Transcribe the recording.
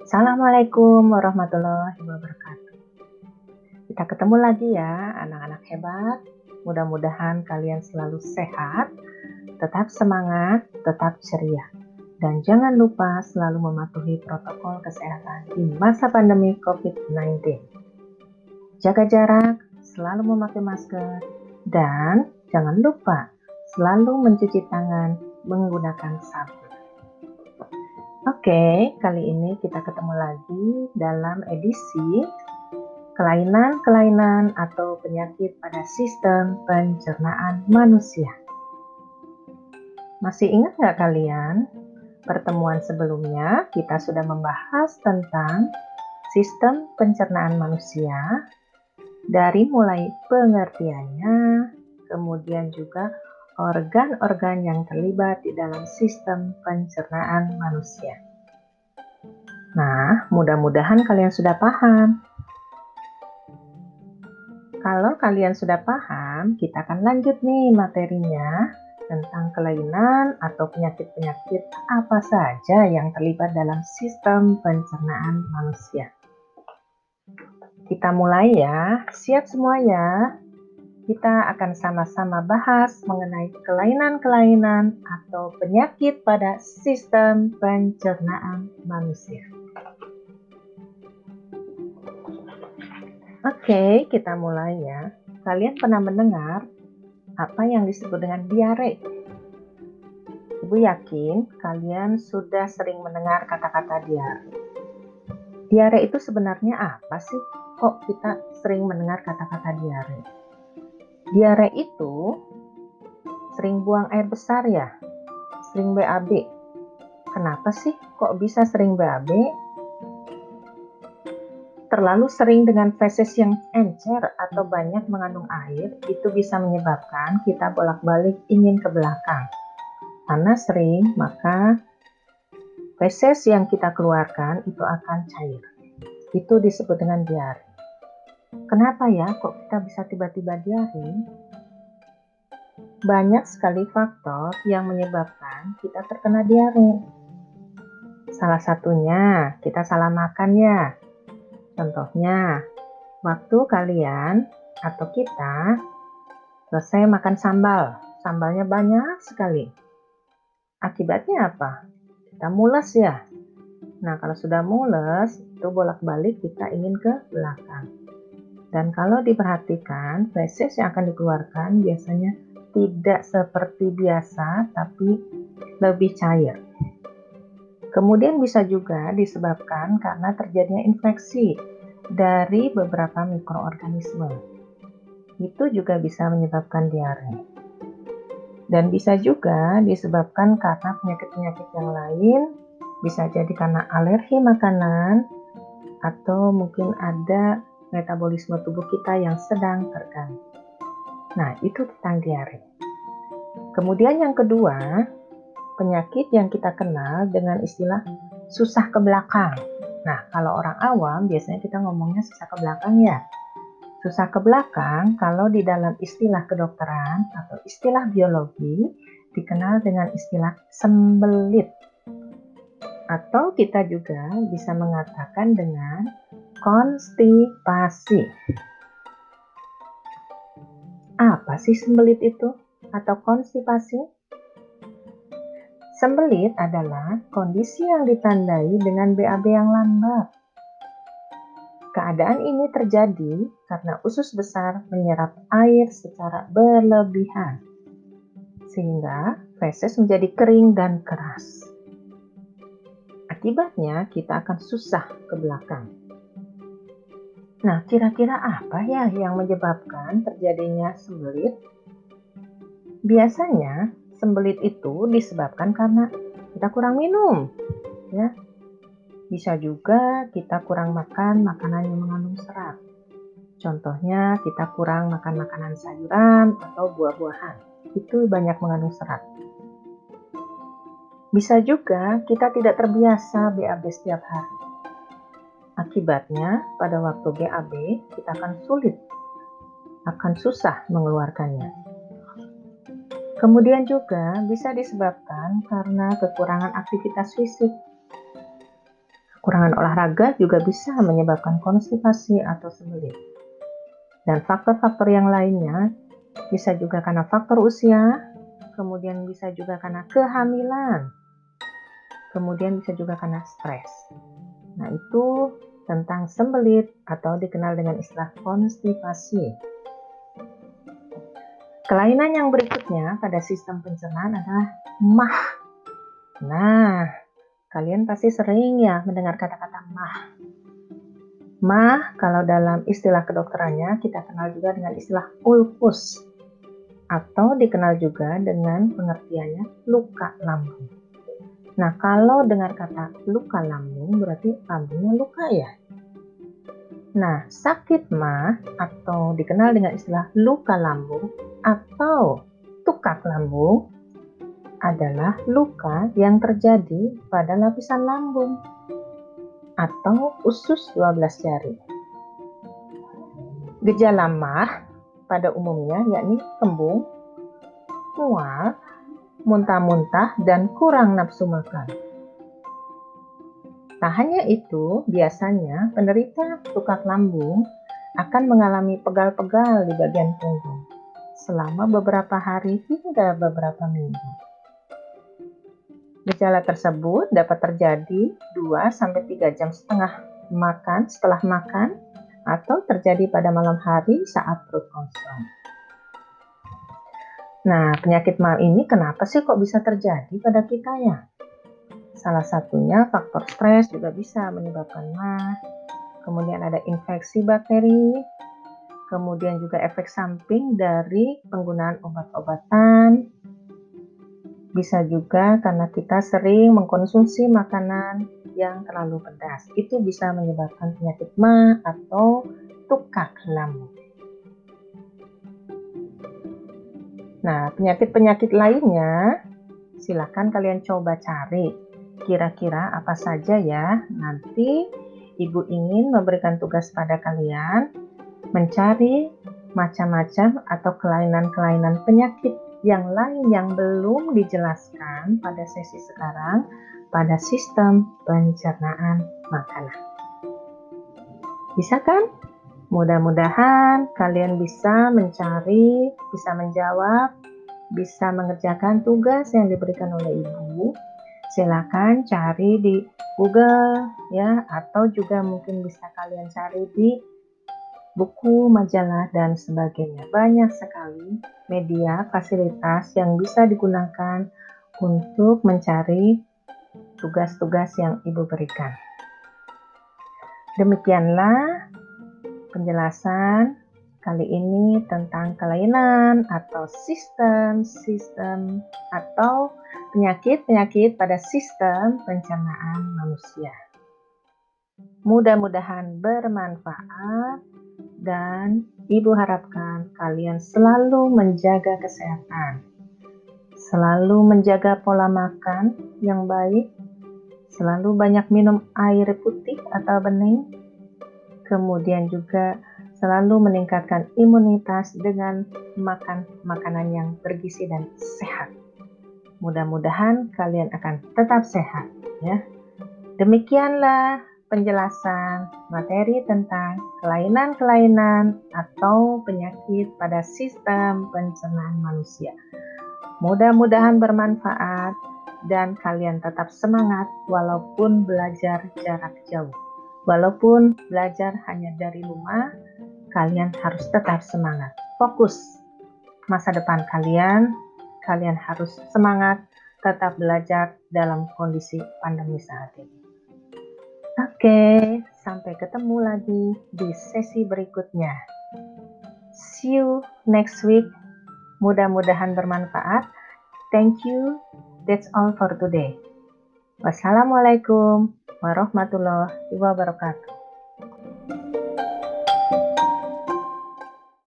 Assalamualaikum warahmatullahi wabarakatuh. Kita ketemu lagi ya, anak-anak hebat. Mudah-mudahan kalian selalu sehat, tetap semangat, tetap ceria. Dan jangan lupa selalu mematuhi protokol kesehatan di masa pandemi COVID-19. Jaga jarak, selalu memakai masker, dan jangan lupa selalu mencuci tangan menggunakan sabun. Oke, kali ini kita ketemu lagi dalam edisi kelainan-kelainan atau penyakit pada sistem pencernaan manusia. Masih ingat nggak kalian? Pertemuan sebelumnya kita sudah membahas tentang sistem pencernaan manusia, dari mulai pengertiannya, kemudian juga organ-organ yang terlibat di dalam sistem pencernaan manusia. Nah, mudah-mudahan kalian sudah paham. Kalau kalian sudah paham, kita akan lanjut nih materinya tentang kelainan atau penyakit-penyakit apa saja yang terlibat dalam sistem pencernaan manusia. Kita mulai ya, siap semua ya? Kita akan sama-sama bahas mengenai kelainan-kelainan atau penyakit pada sistem pencernaan manusia. Oke, kita mulai ya. Kalian pernah mendengar apa yang disebut dengan diare? Ibu yakin kalian sudah sering mendengar kata-kata diare. Diare itu sebenarnya apa sih? Kok kita sering mendengar kata-kata diare? Diare itu sering buang air besar ya? Sering BAB. Kenapa sih kok bisa sering BAB? Terlalu sering dengan feses yang encer atau banyak mengandung air, itu bisa menyebabkan kita bolak-balik ingin ke belakang. Karena sering, maka feses yang kita keluarkan itu akan cair. Itu disebut dengan diare. Kenapa ya kok kita bisa tiba-tiba diare? Banyak sekali faktor yang menyebabkan kita terkena diare. Salah satunya kita salah makan ya. Contohnya, waktu kalian atau kita selesai makan sambal, sambalnya banyak sekali. Akibatnya apa? Kita mules ya. Nah, kalau sudah mules, itu bolak-balik kita ingin ke belakang. Dan kalau diperhatikan, feses yang akan dikeluarkan biasanya tidak seperti biasa, tapi lebih cair. Kemudian bisa juga disebabkan karena terjadinya infeksi dari beberapa mikroorganisme. Itu juga bisa menyebabkan diare. Dan bisa juga disebabkan karena penyakit-penyakit yang lain, bisa jadi karena alergi makanan, atau mungkin ada metabolisme tubuh kita yang sedang terganggu. Nah, itu tentang diare. Kemudian yang kedua, penyakit yang kita kenal dengan istilah susah ke belakang. Nah, kalau orang awam biasanya kita ngomongnya susah ke belakang ya. Susah ke belakang kalau di dalam istilah kedokteran atau istilah biologi dikenal dengan istilah sembelit. Atau kita juga bisa mengatakan dengan konstipasi. Apa sih sembelit itu atau konstipasi? Sembelit adalah kondisi yang ditandai dengan BAB yang lambat. Keadaan ini terjadi karena usus besar menyerap air secara berlebihan, sehingga feses menjadi kering dan keras. Akibatnya kita akan susah ke belakang. Nah, kira-kira apa ya yang menyebabkan terjadinya sembelit? Biasanya sembelit itu disebabkan karena kita kurang minum, ya. Bisa juga kita kurang makan makanan yang mengandung serat. Contohnya kita kurang makan makanan sayuran atau buah-buahan. Itu banyak mengandung serat. Bisa juga kita tidak terbiasa BAB setiap hari. Akibatnya pada waktu BAB kita akan susah mengeluarkannya. Kemudian juga bisa disebabkan karena kekurangan aktivitas fisik. Kurangan olahraga juga bisa menyebabkan konstipasi atau sembelit. Dan faktor-faktor yang lainnya bisa juga karena faktor usia, kemudian bisa juga karena kehamilan, kemudian bisa juga karena stres. Nah, itu tentang sembelit atau dikenal dengan istilah konstipasi. Kelainan yang berikutnya pada sistem pencernaan adalah MAH. Nah, kalian pasti sering ya mendengar kata-kata MAH. MAH kalau dalam istilah kedokterannya kita kenal juga dengan istilah ulkus atau dikenal juga dengan pengertiannya luka lambung. Nah, kalau dengar kata luka lambung berarti lambungnya luka ya. Nah, sakit MAH atau dikenal dengan istilah luka lambung atau tukak lambung adalah luka yang terjadi pada lapisan lambung atau usus 12 jari. Gejala MAH pada umumnya yakni kembung, mual, muntah-muntah, dan kurang nafsu makan. Tak hanya itu, biasanya penderita tukak lambung akan mengalami pegal-pegal di bagian punggung selama beberapa hari hingga beberapa minggu. Gejala tersebut dapat terjadi 2-3 jam setelah makan atau terjadi pada malam hari saat perut kosong. Nah, penyakit MAH ini kenapa sih kok bisa terjadi pada kita ya? Salah satunya faktor stres juga bisa menyebabkan MAH. Kemudian ada infeksi bakteri, kemudian juga efek samping dari penggunaan obat-obatan. Bisa juga karena kita sering mengkonsumsi makanan yang terlalu pedas. Itu bisa menyebabkan penyakit MAH atau tukak lambung. Nah, penyakit-penyakit lainnya silakan kalian coba cari. Kira-kira apa saja ya? Nanti Ibu ingin memberikan tugas pada kalian mencari macam-macam atau kelainan-kelainan penyakit yang lain yang belum dijelaskan pada sesi sekarang pada sistem pencernaan makanan. Bisa kan? Mudah-mudahan kalian bisa mencari, bisa menjawab, bisa mengerjakan tugas yang diberikan oleh Ibu. Silakan cari di Google ya, atau juga mungkin bisa kalian cari di buku, majalah, dan sebagainya. Banyak sekali media, fasilitas yang bisa digunakan untuk mencari tugas-tugas yang Ibu berikan. Demikianlah penjelasan kali ini tentang kelainan atau sistem atau penyakit-penyakit pada sistem pencernaan manusia. Mudah-mudahan bermanfaat dan Ibu harapkan kalian selalu menjaga kesehatan, selalu menjaga pola makan yang baik, selalu banyak minum air putih atau bening, kemudian juga selalu meningkatkan imunitas dengan makan makanan yang bergizi dan sehat. Mudah-mudahan kalian akan tetap sehat ya. Demikianlah penjelasan materi tentang kelainan-kelainan atau penyakit pada sistem pencernaan manusia. Mudah-mudahan bermanfaat dan kalian tetap semangat walaupun belajar jarak jauh. Walaupun belajar hanya dari rumah, kalian harus tetap semangat. Fokus masa depan kalian harus semangat tetap belajar dalam kondisi pandemi saat ini. Oke, sampai ketemu lagi di sesi berikutnya. See you next week. Mudah-mudahan bermanfaat. Thank you. That's all for today. Wassalamualaikum warahmatullahi wabarakatuh.